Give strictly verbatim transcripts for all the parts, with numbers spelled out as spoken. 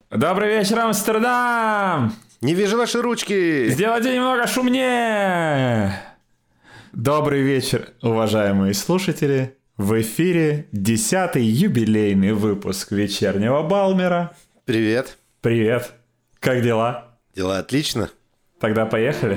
Добрый вечер, Амстердам! Не вижу ваши ручки! Сделайте немного шумнее! Добрый вечер, уважаемые слушатели! В эфире десятый юбилейный выпуск вечернего Балмера. Привет. Привет. Как дела? Дела отлично. Тогда поехали.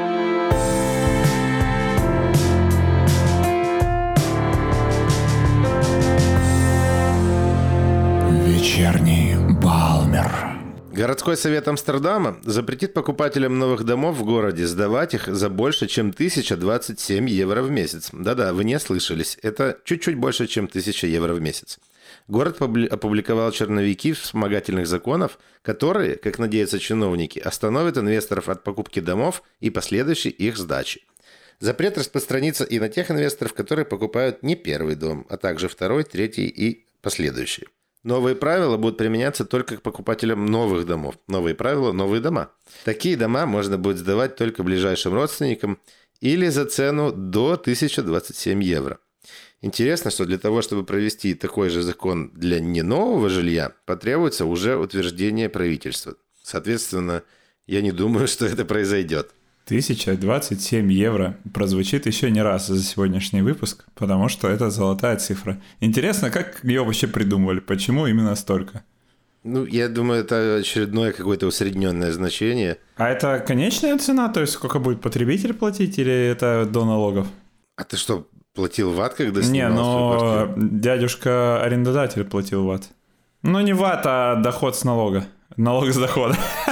Вечерний Балмер. Городской совет Амстердама запретит покупателям новых домов в городе сдавать их за больше, чем тысяча двадцать семь евро в месяц. Да-да, вы не ослышались. Это чуть-чуть больше, чем тысяча евро в месяц. Город опубликовал черновики вспомогательных законов, которые, как надеются чиновники, остановят инвесторов от покупки домов и последующей их сдачи. Запрет распространится и на тех инвесторов, которые покупают не первый дом, а также второй, третий и последующие. Новые правила будут применяться только к покупателям новых домов. Новые правила – новые дома. Такие дома можно будет сдавать только ближайшим родственникам или за цену до тысяча двадцать семь евро. Интересно, что для того, чтобы провести такой же закон для не нового жилья, потребуется уже утверждение правительства. Соответственно, я не думаю, что это произойдет. тысяча двадцать семь евро прозвучит еще не раз за сегодняшний выпуск, потому что это золотая цифра. Интересно, как ее вообще придумывали? Почему именно столько? Ну, я думаю, это очередное какое-то усредненное значение. А это конечная цена? То есть сколько будет потребитель платить или это до налогов? А ты что, платил ват, когда снимал Не, но свою квартиру? дядюшка-арендодатель платил ват. Ну, не ват, а доход с налога. Налог с дохода.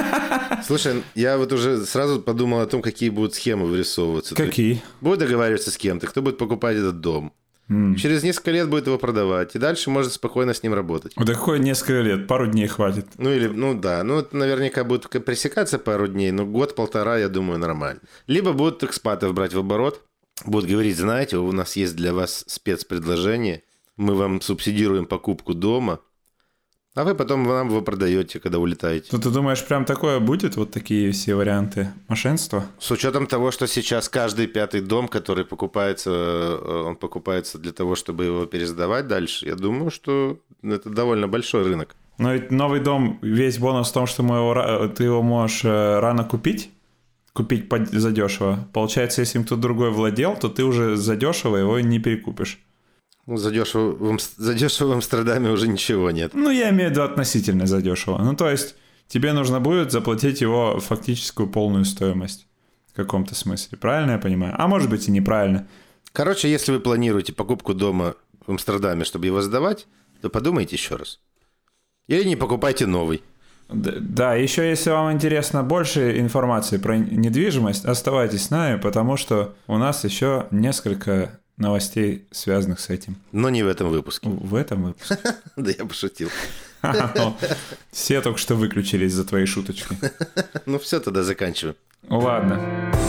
Слушай, я вот уже сразу подумал о том, какие будут схемы вырисовываться. Какие? Будет договариваться с кем-то, кто будет покупать этот дом. Mm. Через несколько лет будет его продавать, и дальше может спокойно с ним работать. Да какое несколько лет? Пару дней хватит. Ну, или, ну да, ну это наверняка будет пресекаться пару дней, но год-полтора, я думаю, нормально. Либо будут экспатов брать в оборот, будут говорить, знаете, у нас есть для вас спецпредложение, мы вам субсидируем покупку дома, а вы потом нам его продаете, когда улетаете. Ну, ты думаешь, прям такое будет, вот такие все варианты мошенства? С учетом того, что сейчас каждый пятый дом, который покупается, он покупается для того, чтобы его пересдавать дальше, я думаю, что это довольно большой рынок. Но ведь новый дом, весь бонус в том, что мы его, ты его можешь рано купить, купить задешево. Получается, если им кто-то другой владел, то ты уже задешево его не перекупишь. Ну, задешево, задешево в Амстердаме уже ничего нет. Ну, я имею в виду относительно задешево. Ну, то есть, тебе нужно будет заплатить его фактическую полную стоимость в каком-то смысле. Правильно я понимаю? А может быть и неправильно. Короче, если вы планируете покупку дома в Амстердаме, чтобы его сдавать, то подумайте еще раз. Или не покупайте новый. Да, да, еще если вам интересно больше информации про недвижимость, оставайтесь с нами, потому что у нас еще несколько новостей, связанных с этим. Но не в этом выпуске. В этом выпуске. Да я пошутил. Все только что выключились за твои шуточки. Ну все, тогда заканчиваем. Ладно.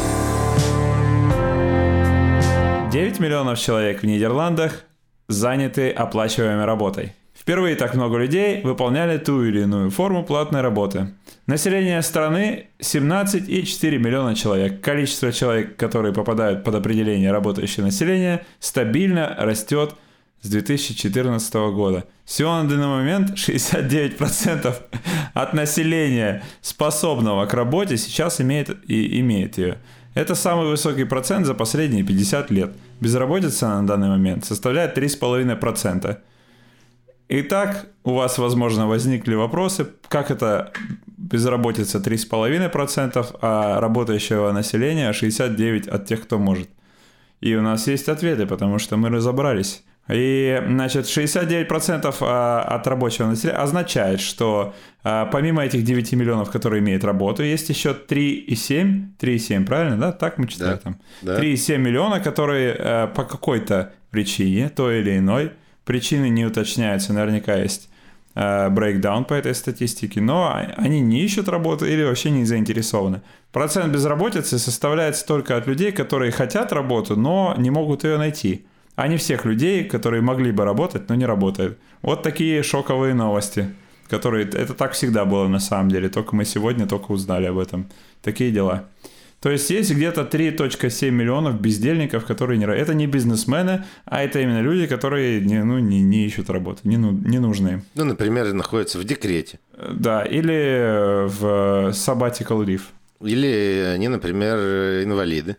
девять миллионов человек в Нидерландах заняты оплачиваемой работой. Впервые так много людей выполняли ту или иную форму платной работы. Население страны семнадцать целых четыре десятых миллиона человек. Количество человек, которые попадают под определение работающее население, стабильно растет с две тысячи четырнадцатого года. Всего на данный момент шестьдесят девять процентов от населения, способного к работе, сейчас имеет, и имеет ее. Это самый высокий процент за последние пятьдесят лет. Безработица на данный момент составляет три целых пять десятых процента. Итак, у вас, возможно, возникли вопросы, как это безработица три целых пять десятых процента, а работающего населения шестьдесят девять процентов от тех, кто может. И у нас есть ответы, потому что мы разобрались. И, значит, шестьдесят девять процентов от рабочего населения означает, что помимо этих девяти миллионов, которые имеют работу, есть еще три целых семь, три целых семь, правильно, да? Так мы читаем да, там. Да. три целых семь миллиона, которые по какой-то причине, той или иной, причины не уточняются, наверняка есть брейкдаун по этой статистике, но они не ищут работу или вообще не заинтересованы. Процент безработицы составляется только от людей, которые хотят работу, но не могут ее найти. А не всех людей, которые могли бы работать, но не работают. Вот такие шоковые новости, которые... Это так всегда было на самом деле, только мы сегодня только узнали об этом. Такие дела. То есть есть где-то три целых семь миллионов бездельников, которые не... Это не бизнесмены, а это именно люди, которые не, ну, не, не ищут работы, не, ну, не нужны им. Ну, например, находятся в декрете. Да, или в sabbatical leave. Или они, например, инвалиды.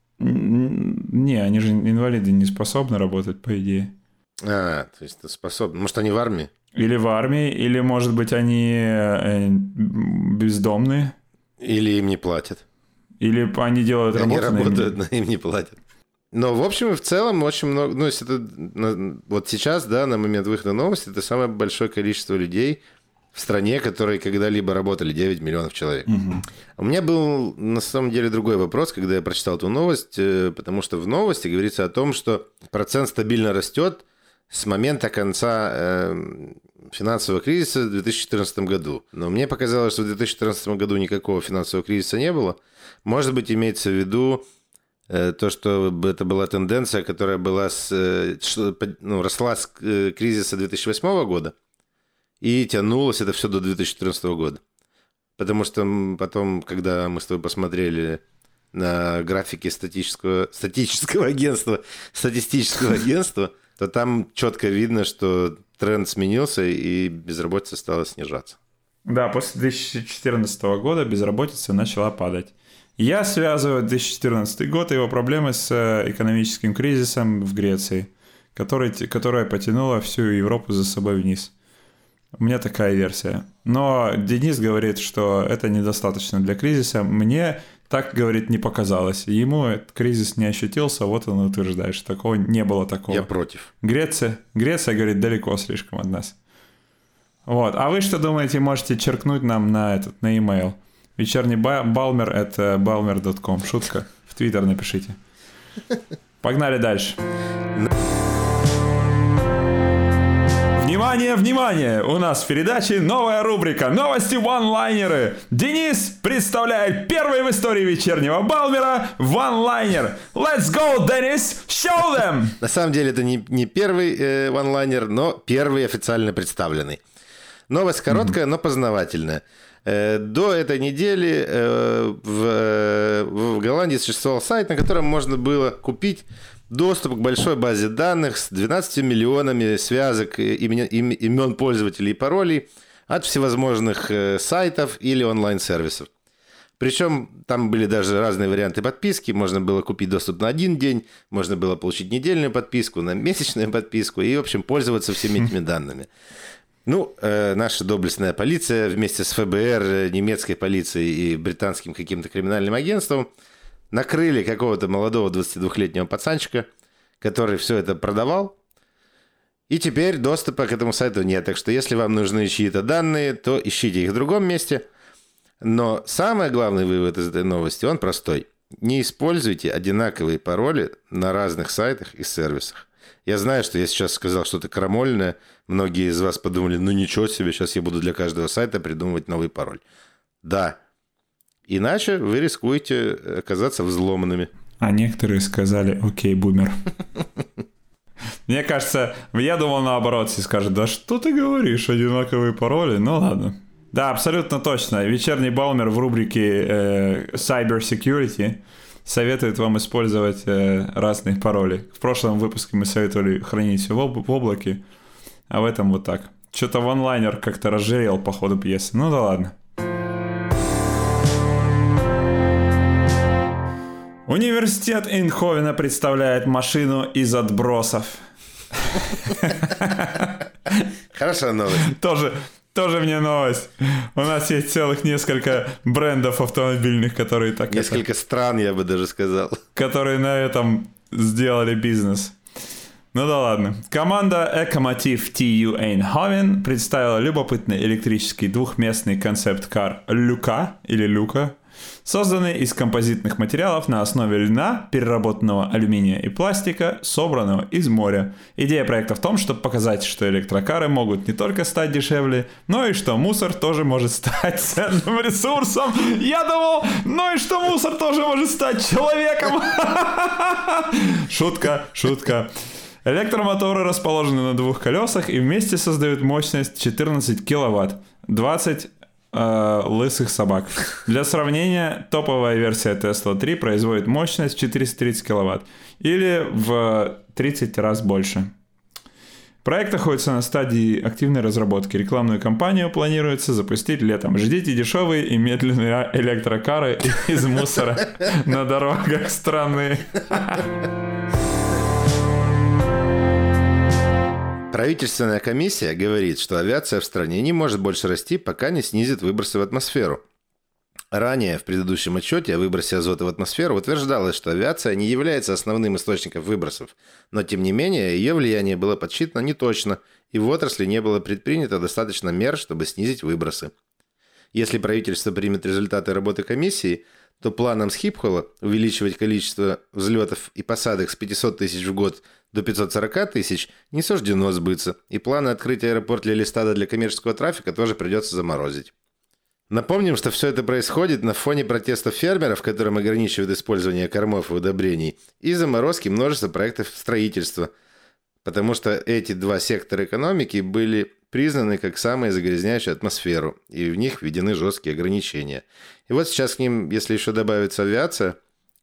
Не, они же инвалиды не способны работать, по идее. А, то есть способны. Может, они в армии? Или в армии, или, может быть, они бездомные. Или им не платят. Или они делают они работу, работают, но им... но им не платят. Но, в общем и в целом, очень много... Ну, если это... Вот сейчас, да, на момент выхода новости, это самое большое количество людей в стране, которые когда-либо работали, девять миллионов человек. Угу. У меня был, на самом деле, другой вопрос, когда я прочитал эту новость, потому что в новости говорится о том, что процент стабильно растет с момента конца э, финансового кризиса в две тысячи четырнадцатом году. Но мне показалось, что в две тысячи четырнадцатом году никакого финансового кризиса не было. Может быть, имеется в виду э, то, что это была тенденция, которая была с, э, ну, росла с э, кризиса две тысячи восьмого года и тянулось это все до две тысячи четырнадцатого года. Потому что потом, когда мы с тобой посмотрели на графики статического, статического агентства, статистического агентства, то там четко видно, что тренд сменился, и безработица стала снижаться. Да, после две тысячи четырнадцатого года безработица начала падать. Я связываю две тысячи четырнадцатый год и его проблемы с экономическим кризисом в Греции, который, которая потянула всю Европу за собой вниз. У меня такая версия. Но Денис говорит, что это недостаточно для кризиса. Мне так, говорит, не показалось. Ему этот кризис не ощутился, вот он утверждает, что такого не было такого. Я против. Греция, Греция, говорит, далеко слишком от нас. Вот. А вы что думаете, можете черкнуть нам на этот, на e-mail. Вечерний Балмер, это балмер точка ком. Шутка. В Твиттер напишите. Погнали дальше. Внимание, внимание! У нас в передаче новая рубрика «Новости ванлайнеры». Денис представляет первый в истории вечернего Балмера ванлайнер. Let's go, Денис! Show them! На самом деле это не, не первый э, ванлайнер, но первый официально представленный. Новость короткая, mm-hmm. но познавательная. Э, до этой недели э, в, в Голландии существовал сайт, на котором можно было купить доступ к большой базе данных с двенадцатью миллионами связок имен, имен пользователей и паролей от всевозможных сайтов или онлайн-сервисов. Причем там были даже разные варианты подписки. Можно было купить доступ на один день, можно было получить недельную подписку, на месячную подписку и, в общем, пользоваться всеми этими данными. Ну, э, наша доблестная полиция вместе с эф бэ эр, немецкой полицией и британским каким-то криминальным агентством накрыли какого-то молодого двадцатидвухлетнего пацанчика, который все это продавал. И теперь доступа к этому сайту нет. Так что если вам нужны чьи-то данные, то ищите их в другом месте. Но самый главный вывод из этой новости, он простой. Не используйте одинаковые пароли на разных сайтах и сервисах. Я знаю, что я сейчас сказал что-то крамольное. Многие из вас подумали, ну ничего себе, сейчас я буду для каждого сайта придумывать новый пароль. Да. Иначе вы рискуете оказаться взломанными. А некоторые сказали, окей, бумер. Мне кажется, я думал наоборот, все скажут, да что ты говоришь, одинаковые пароли? Ну ладно. Да, абсолютно точно. Вечерний Балмер в рубрике э, Cyber Security советует вам использовать э, разные пароли. В прошлом выпуске мы советовали хранить все в, об- в облаке, а в этом вот так. Что-то ванлайнер как-то разжирел по ходу пьесы. Ну да ладно. Университет Эйнховена представляет машину из отбросов. Хорошая новость. Тоже, тоже мне новость. У нас есть целых несколько брендов автомобильных, которые так... Несколько это, стран, я бы даже сказал. Которые на этом сделали бизнес. Ну да ладно. Команда Ecomotive ти ю Eindhoven представила любопытный электрический двухместный концепт-кар Люка или Люка, созданный из композитных материалов на основе льна, переработанного алюминия и пластика, собранного из моря. Идея проекта в том, чтобы показать, что электрокары могут не только стать дешевле, но и что мусор тоже может стать ценным ресурсом. Я думал, ну и что мусор тоже может стать человеком. Шутка, шутка. Электромоторы расположены на двух колесах и вместе создают мощность четырнадцать киловатт, двадцать э, лысых собак. Для сравнения, топовая версия Tesla три производит мощность четыреста тридцать киловатт или в тридцать раз больше. Проект находится на стадии активной разработки. Рекламную кампанию планируется запустить летом. Ждите дешевые и медленные электрокары из мусора на дорогах страны. Правительственная комиссия говорит, что авиация в стране не может больше расти, пока не снизит выбросы в атмосферу. Ранее в предыдущем отчете о выбросе азота в атмосферу утверждалось, что авиация не является основным источником выбросов, но тем не менее ее влияние было подсчитано неточно, и в отрасли не было предпринято достаточно мер, чтобы снизить выбросы. Если правительство примет результаты работы комиссии, то планом Схипхола увеличивать количество взлетов и посадок с пятьсот тысяч в год до пятьсот сорок тысяч не суждено сбыться, и планы открытия аэропорта Лелистада для коммерческого трафика тоже придется заморозить. Напомним, что все это происходит на фоне протестов фермеров, которым ограничивают использование кормов и удобрений, и заморозки множества проектов строительства, потому что эти два сектора экономики были признаны как самые загрязняющие атмосферу, и в них введены жесткие ограничения. И вот сейчас к ним, если еще добавится авиация,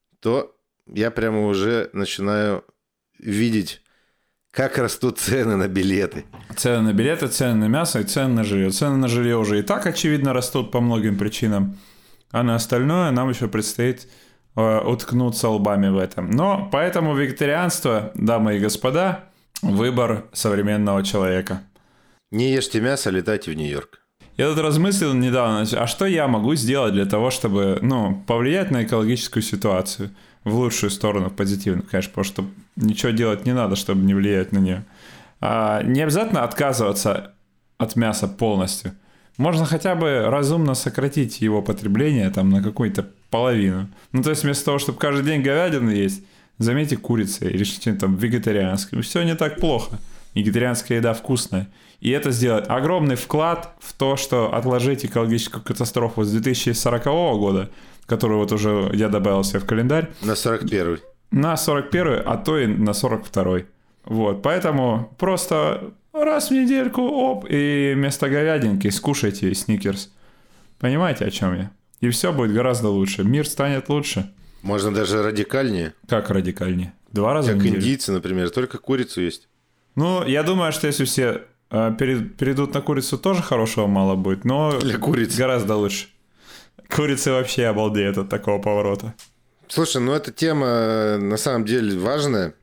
то я прямо уже начинаю видеть, как растут цены на билеты. Цены на билеты, цены на мясо и цены на жилье. Цены на жилье уже и так, очевидно, растут по многим причинам. А на остальное нам еще предстоит э, уткнуться лбами в этом. Но поэтому вегетарианство, дамы и господа, выбор современного человека. Не ешьте мясо, летайте в Нью-Йорк. Я тут размыслил недавно, а что я могу сделать для того, чтобы, ну, повлиять на экологическую ситуацию в лучшую сторону, в позитивную, конечно, потому что ничего делать не надо, чтобы не влиять на нее. А, не обязательно отказываться от мяса полностью. Можно хотя бы разумно сократить его потребление там на какую-то половину. Ну, то есть вместо того, чтобы каждый день говядину есть, заметьте курицей или что-нибудь там вегетарианское. Все не так плохо. Вегетарианская еда вкусная. И это сделает огромный вклад в то, что отложить экологическую катастрофу с две тысячи сорокового года, которую вот уже я добавил себе в календарь. На сорок первый. На сорок первый, а то и на сорок второй. Вот, поэтому просто раз в недельку, оп, и вместо говядинки скушайте сникерс. Понимаете, о чем я? И все будет гораздо лучше. Мир станет лучше. Можно даже радикальнее. Как радикальнее? Два раза как в неделю. Как индийцы, например, только курицу есть. Ну, я думаю, что если все э, перейдут на курицу, тоже хорошего мало будет, но для курицы гораздо лучше. Курицы вообще обалдеют от такого поворота. Слушай, ну эта тема на самом деле важная.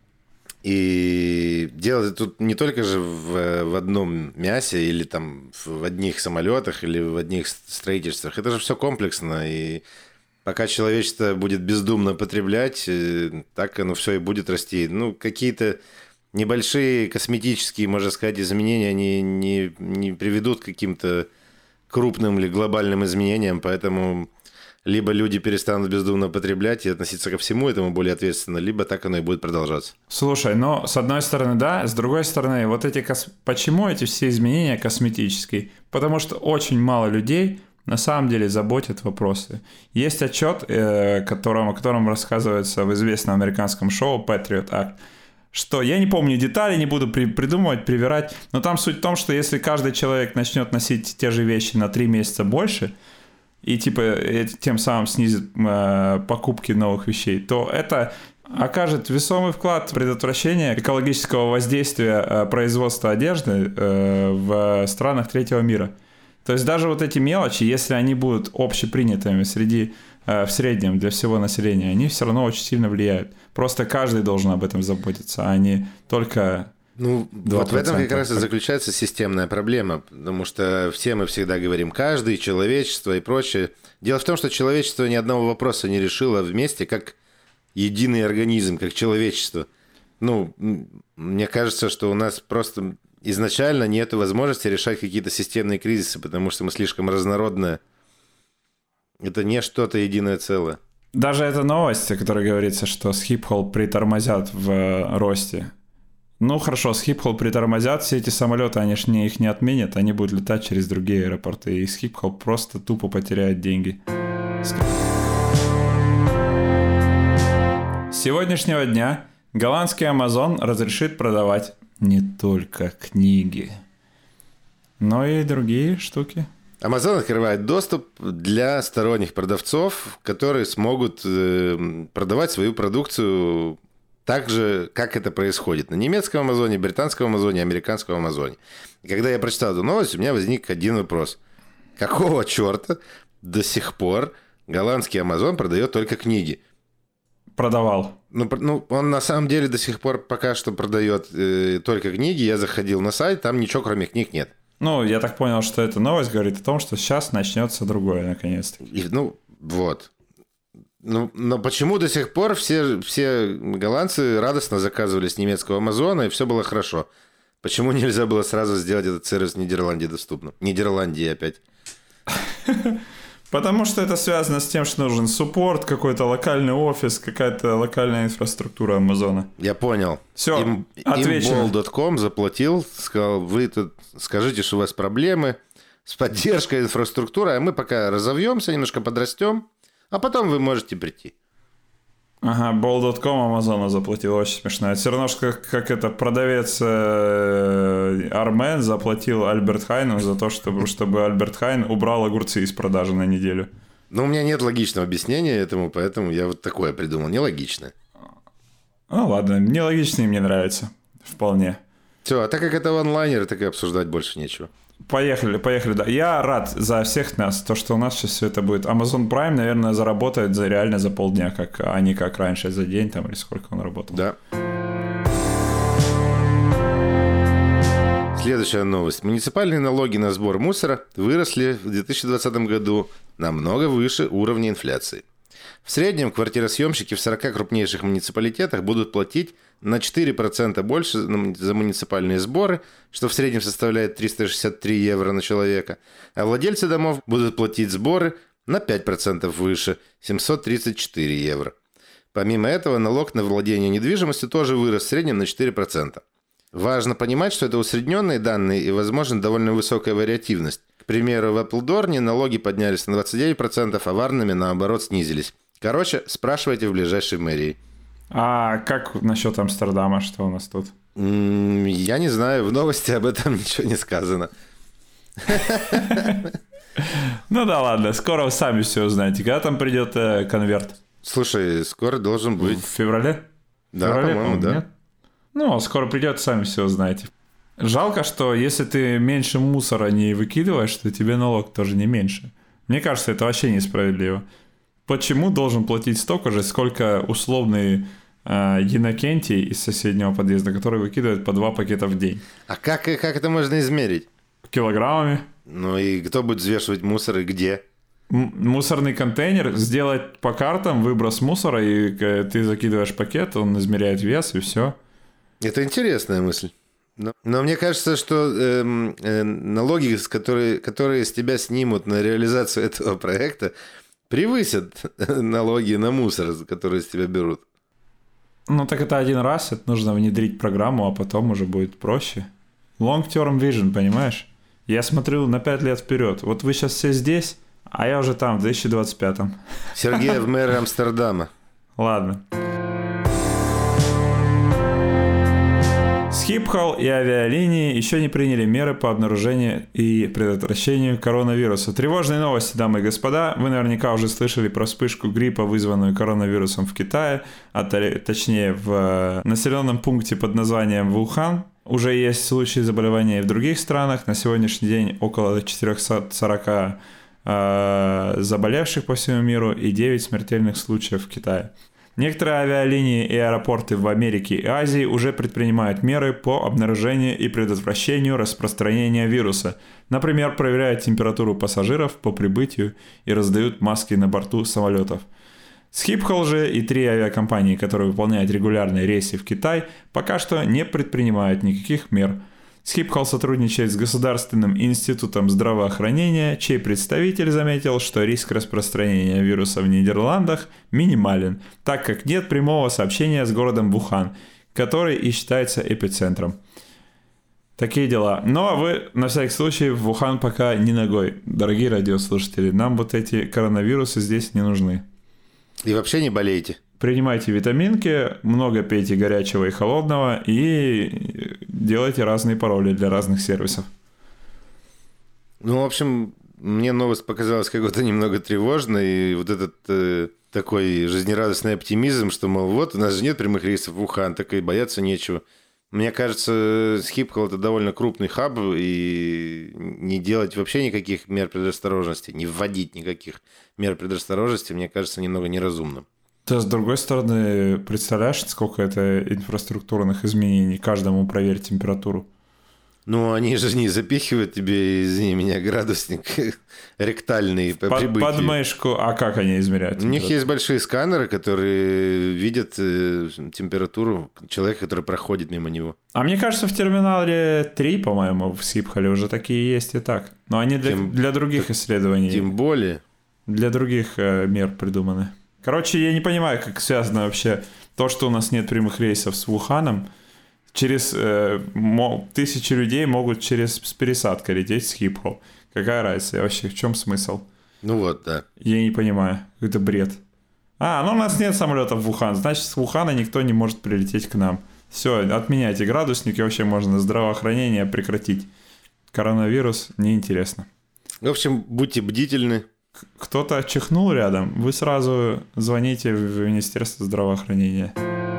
И дело тут не только же в, в одном мясе или там в одних самолетах или в одних строительствах. Это же все комплексно. И пока человечество будет бездумно потреблять, так оно все и будет расти. Ну, какие-то небольшие косметические, можно сказать, изменения, они не, не приведут к каким-то крупным или глобальным изменениям, поэтому либо люди перестанут бездумно потреблять и относиться ко всему этому более ответственно, либо так оно и будет продолжаться. Слушай, но с одной стороны, да, с другой стороны, вот эти кос... почему эти все изменения косметические? Потому что очень мало людей на самом деле заботят вопросы. Есть отчет, э, которым, о котором рассказывается в известном американском шоу Patriot Act, что я не помню детали, не буду при, придумывать, привирать, но там суть в том, что если каждый человек начнет носить те же вещи на три месяца больше и типа тем самым снизит э, покупки новых вещей, то это окажет весомый вклад в предотвращение экологического воздействия э, производства одежды э, в странах третьего мира. То есть даже вот эти мелочи, если они будут общепринятыми среди в среднем для всего населения, они все равно очень сильно влияют. Просто каждый должен об этом заботиться, а не только Ну, вот в этом как раз и заключается системная проблема, потому что все мы всегда говорим «каждый», «человечество» и прочее. Дело в том, что человечество ни одного вопроса не решило вместе как единый организм, как человечество. Ну, мне кажется, что у нас просто изначально нет возможности решать какие-то системные кризисы, потому что мы слишком разнородные. Это не что-то единое целое. Даже эта новость, о которой говорится, что Schiphol притормозят в росте. Ну хорошо, Schiphol притормозят, все эти самолеты, они же не, их не отменят, они будут летать через другие аэропорты, и Schiphol просто тупо потеряет деньги. С сегодняшнего дня голландский Amazon разрешит продавать не только книги, но и другие штуки. Amazon открывает доступ для сторонних продавцов, которые смогут э, продавать свою продукцию так же, как это происходит на немецком Амазоне, британском Амазоне, американском Амазоне. И когда я прочитал эту новость, у меня возник один вопрос. Какого черта до сих пор голландский Амазон продает только книги? Продавал. Ну, ну, он на самом деле до сих пор пока что продает э, только книги. Я заходил на сайт, там ничего кроме книг нет. Ну, я так понял, что эта новость говорит о том, что сейчас начнется другое, наконец-то. И, ну, вот. Ну, но почему до сих пор все, все голландцы радостно заказывали с немецкого Амазона, и все было хорошо? Почему нельзя было сразу сделать этот сервис в Нидерланде доступным? Нидерландии опять. Потому что это связано с тем, что нужен суппорт, какой-то локальный офис, какая-то локальная инфраструктура Амазона. Я понял. Все, Им, отвечено. Имбол точка ком заплатил, сказал, вы тут скажите, что у вас проблемы с поддержкой инфраструктуры, а мы пока разовьемся, немножко подрастем, а потом вы можете прийти. Ага, бол точка ком Амазону заплатил, очень смешно. Это все равно, что как, как это продавец э, Армен заплатил Альберт Хайну за то, чтобы, чтобы Альберт Хайн убрал огурцы из продажи на неделю. Ну, у меня нет логичного объяснения этому, поэтому я вот такое придумал, нелогичное. Ну ладно, нелогичные мне нравятся, вполне. Все, а так как это онлайнер, так и обсуждать больше нечего. Поехали, поехали, да. Я рад за всех нас, то, что у нас сейчас все это будет. Amazon Prime, наверное, заработает за, реально за полдня, как, а не как раньше за день, там, или сколько он работал. Да. Следующая новость. Муниципальные налоги на сбор мусора выросли в две тысячи двадцатом году намного выше уровня инфляции. В среднем квартиросъемщики в сорока крупнейших муниципалитетах будут платить на четыре процента больше за муниципальные сборы, что в среднем составляет триста шестьдесят три евро на человека, а владельцы домов будут платить сборы на пять процентов выше, семьсот тридцать четыре евро. Помимо этого, налог на владение недвижимостью тоже вырос в среднем на четыре процента. Важно понимать, что это усредненные данные и, возможно, довольно высокая вариативность. К примеру, в Эпплдорне налоги поднялись на двадцать девять процентов, а в Арнеме, наоборот, снизились. Короче, спрашивайте в ближайшей мэрии. А как насчет Амстердама? Что у нас тут? М-м, я не знаю, в новости об этом ничего не сказано. Ну да ладно, скоро вы сами все узнаете. Когда там придет э, конверт? Слушай, скоро должен быть. В феврале? Да, в феврале, по-моему, да. Нет? Ну, скоро придет, сами все узнаете. Жалко, что если ты меньше мусора не выкидываешь, то тебе налог тоже не меньше. Мне кажется, это вообще несправедливо. Почему должен платить столько же, сколько условный э, Иннокентий из соседнего подъезда, который выкидывает по два пакета в день? А как, как это можно измерить? Килограммами. Ну и кто будет взвешивать мусор и где? М- мусорный контейнер, сделать по картам выброс мусора, и э, ты закидываешь пакет, он измеряет вес, и все. Это интересная мысль. Но, но мне кажется, что э, э, налоги, которые, которые с тебя снимут на реализацию этого проекта, превысят налоги на мусор, которые с тебя берут. Ну так это один раз, это нужно внедрить программу, а потом уже будет проще. Long-term vision, понимаешь? Я смотрю на пять лет вперед. Вот вы сейчас все здесь, а я уже там, в две тысячи двадцать пятом. Сергей в мэры Амстердама. Ладно. Schiphol и авиалинии еще не приняли меры по обнаружению и предотвращению коронавируса. Тревожные новости, дамы и господа. Вы наверняка уже слышали про вспышку гриппа, вызванную коронавирусом в Китае, а точнее в населенном пункте под названием Вухан. Уже есть случаи заболевания и в других странах. На сегодняшний день около четыреста сорок э, заболевших по всему миру и девять смертельных случаев в Китае. Некоторые авиалинии и аэропорты в Америке и Азии уже предпринимают меры по обнаружению и предотвращению распространения вируса. Например, проверяют температуру пассажиров по прибытию и раздают маски на борту самолетов. Schiphol же и три авиакомпании, которые выполняют регулярные рейсы в Китай, пока что не предпринимают никаких мер. Schiphol сотрудничает с Государственным институтом здравоохранения, чей представитель заметил, что риск распространения вируса в Нидерландах минимален, так как нет прямого сообщения с городом Вухан, который и считается эпицентром. Такие дела. Но вы, на всякий случай, в Вухан пока не ногой. Дорогие радиослушатели, нам вот эти коронавирусы здесь не нужны. И вообще не болейте. Принимайте витаминки, много пейте горячего и холодного и делайте разные пароли для разных сервисов. Ну, в общем, мне новость показалась какой-то немного тревожной. И вот этот э, такой жизнерадостный оптимизм, что, мол, вот, у нас же нет прямых рейсов в Ухан, так и бояться нечего. Мне кажется, Schiphol – это довольно крупный хаб, и не делать вообще никаких мер предосторожности, не вводить никаких мер предосторожности, мне кажется, немного неразумным. Да, с другой стороны, представляешь, сколько это инфраструктурных изменений, каждому проверить температуру. Ну, они же не запихивают тебе, извини меня, градусник ректальный по Под, прибытию. Под мышку, а как они измеряют? У них есть большие сканеры, которые видят э, температуру человека, который проходит мимо него. А мне кажется, в терминале три, по-моему, в Schiphol уже такие есть и так. Но они для, тем, для других исследований. Тем более. Для других э, мер придуманы. Короче, я не понимаю, как связано вообще то, что у нас нет прямых рейсов с Вуханом. Через э, мо, тысячи людей могут через с пересадкой лететь с Schiphol. Какая разница? Вообще, в чем смысл? Ну вот, да. Я не понимаю. Это бред. А, ну у нас нет самолетов в Вухан. Значит, с Вухана никто не может прилететь к нам. Все, отменяйте градусники. Вообще можно здравоохранение прекратить. Коронавирус неинтересно. В общем, будьте бдительны. Кто-то чихнул рядом, вы сразу звоните в Министерство здравоохранения.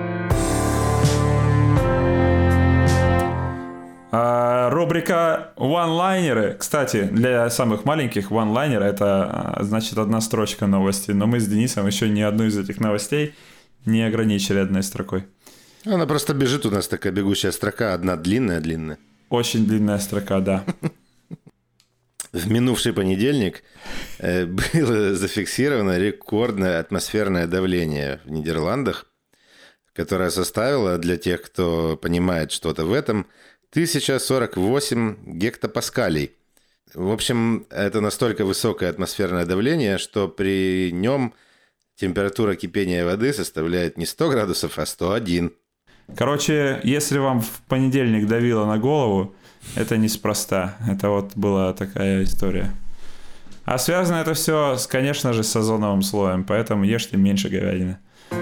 А, рубрика «One-лайнеры». Кстати, для самых маленьких «One-лайнеры» — это, значит, одна строчка новости. Но мы с Денисом еще ни одну из этих новостей не ограничили одной строкой. Она просто бежит, у нас такая бегущая строка, одна длинная-длинная. Очень длинная строка, да. В минувший понедельник э, было зафиксировано рекордное атмосферное давление в Нидерландах, которое составило, для тех, кто понимает что-то в этом, тысяча сорок восемь гектопаскалей. В общем, это настолько высокое атмосферное давление, что при нем температура кипения воды составляет не сто градусов, а сто один. Короче, если вам в понедельник давило на голову, это неспроста. Это вот была такая история. А связано это все, с, конечно же, с озоновым слоем, поэтому ешьте меньше говядины.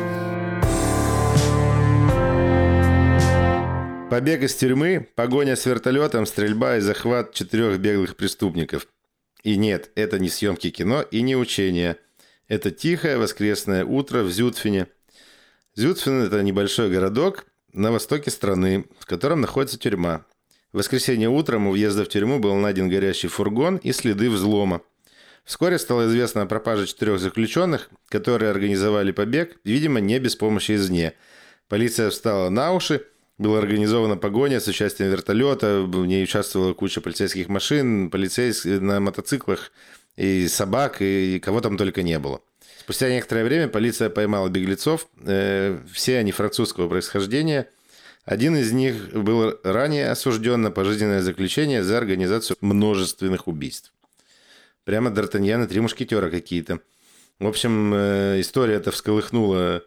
Побег из тюрьмы, погоня с вертолетом, стрельба и захват четырех беглых преступников. И нет, это не съемки кино и не учения. Это тихое воскресное утро в Зюдфине. Зюдфин – это небольшой городок на востоке страны, в котором находится тюрьма. В воскресенье утром у въезда в тюрьму был найден горящий фургон и следы взлома. Вскоре стало известно о пропаже четырех заключенных, которые организовали побег, видимо, не без помощи извне. Полиция встала на уши, была организована погоня с участием вертолета, в ней участвовала куча полицейских машин, полицейских на мотоциклах, и собак, и кого там только не было. Спустя некоторое время полиция поймала беглецов, э, все они французского происхождения. Один из них был ранее осужден на пожизненное заключение за организацию множественных убийств. Прямо Д'Артаньян и три мушкетера какие-то. В общем, э, история эта всколыхнула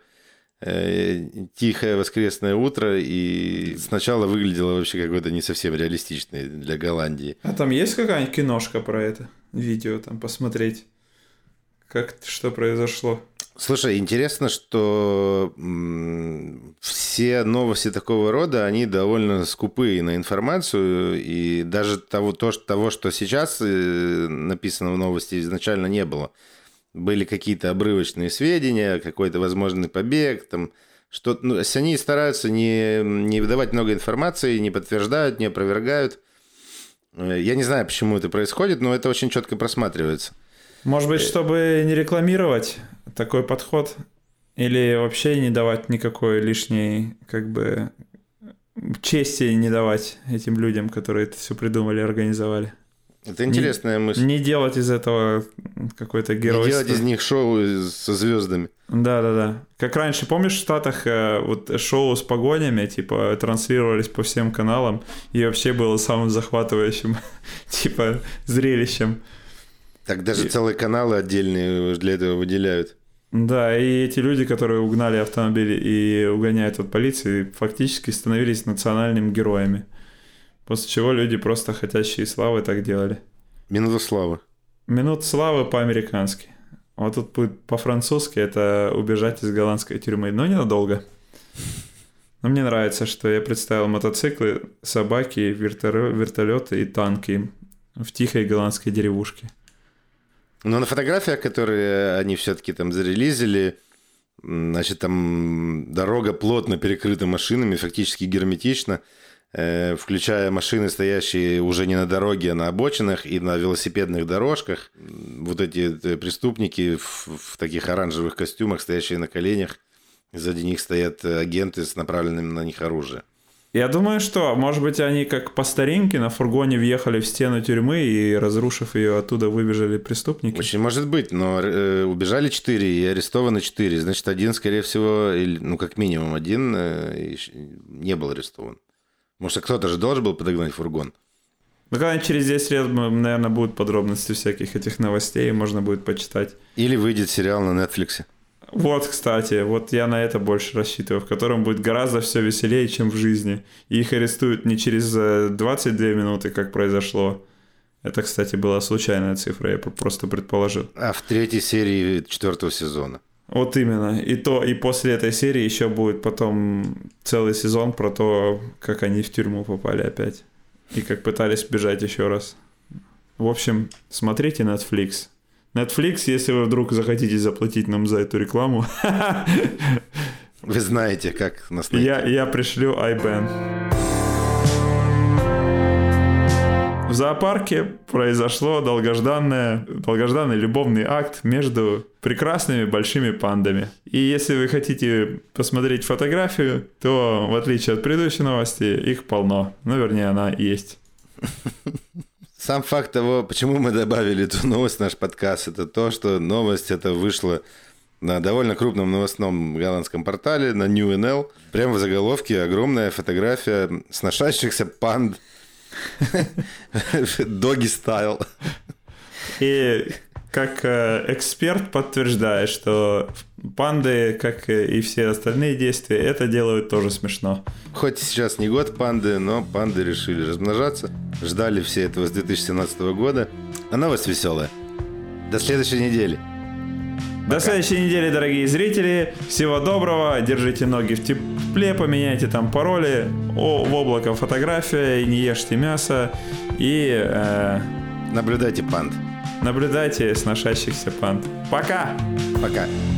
э, тихое воскресное утро и сначала выглядела вообще какой-то не совсем реалистичной для Голландии. А там есть какая-нибудь киношка про это? Видео там посмотреть? Как, что произошло? Слушай, интересно, что м- все новости такого рода, они довольно скупые на информацию, и даже того, то, что, того, что сейчас э, написано в новости, изначально не было. Были какие-то обрывочные сведения, какой-то возможный побег, там, что, ну, они стараются не, не выдавать много информации, не подтверждают, не опровергают. Я не знаю, почему это происходит, но это очень четко просматривается. Может быть, чтобы не рекламировать такой подход? Или вообще не давать никакой лишней, как бы, чести не давать этим людям, которые это все придумали, организовали? Это интересная не, мысль. Не делать из этого какой-то геройство. Не делать из них шоу со звездами. Да-да-да. Как раньше, помнишь, в Штатах вот шоу с погонями, типа, транслировались по всем каналам, и вообще было самым захватывающим, типа, зрелищем. Так даже и... целые каналы отдельные для этого выделяют. Да, и эти люди, которые угнали автомобили и угоняют от полиции, фактически становились национальными героями. После чего люди, просто хотящие славы, так делали. Минута славы. Минута славы по-американски. Вот тут будет по-французски, это убежать из голландской тюрьмы. Но ненадолго. Но мне нравится, что я представил мотоциклы, собаки, вертолеты и танки в тихой голландской деревушке. Но на фотографиях, которые они все-таки там зарелизили, значит, там дорога плотно перекрыта машинами, фактически герметично, э, включая машины, стоящие уже не на дороге, а на обочинах и на велосипедных дорожках. Вот эти преступники в, в таких оранжевых костюмах, стоящие на коленях, сзади них стоят агенты с направленным на них оружием. Я думаю, что, может быть, они как по старинке на фургоне въехали в стену тюрьмы и, разрушив ее, оттуда выбежали преступники. Очень может быть, но э, убежали четыре и арестованы четыре. Значит, один, скорее всего, или, ну, как минимум один э, не был арестован. Может, кто-то же должен был подогнать фургон. Ну, когда через десять лет, наверное, будут подробности всяких этих новостей, можно будет почитать. Или выйдет сериал на Netflix. Вот, кстати, вот я на это больше рассчитываю, в котором будет гораздо все веселее, чем в жизни. И их арестуют не через двадцать две минуты, как произошло. Это, кстати, была случайная цифра, я просто предположил. А в третьей серии четвертого сезона. Вот именно. И то, и после этой серии еще будет потом целый сезон про то, как они в тюрьму попали опять. И как пытались бежать еще раз. В общем, смотрите Netflix. Netflix, если вы вдруг захотите заплатить нам за эту рекламу. Вы знаете, как нас найти. Я, я пришлю ай бэн. В зоопарке произошло долгожданное, долгожданный любовный акт между прекрасными большими пандами. И если вы хотите посмотреть фотографию, то, в отличие от предыдущей новости, их полно. Ну, вернее, она есть. Сам факт того, почему мы добавили эту новость в наш подкаст, это то, что новость эта вышла на довольно крупном новостном голландском портале, на Нью эн эл. Прямо в заголовке огромная фотография сношающихся панд. Doggy style. И как эксперт подтверждает, что панды, как и все остальные действия, это делают тоже смешно. Хоть сейчас не год панды, но панды решили размножаться. Ждали все этого с две тысячи семнадцатого года. А новость веселая. До следующей недели. До следующей недели, дорогие зрители. Всего доброго. Держите ноги в тепле, поменяйте там пароли. О, в облако фотография, не ешьте мясо. И э, наблюдайте панд. Наблюдайте сношающихся панд. Пока! Пока!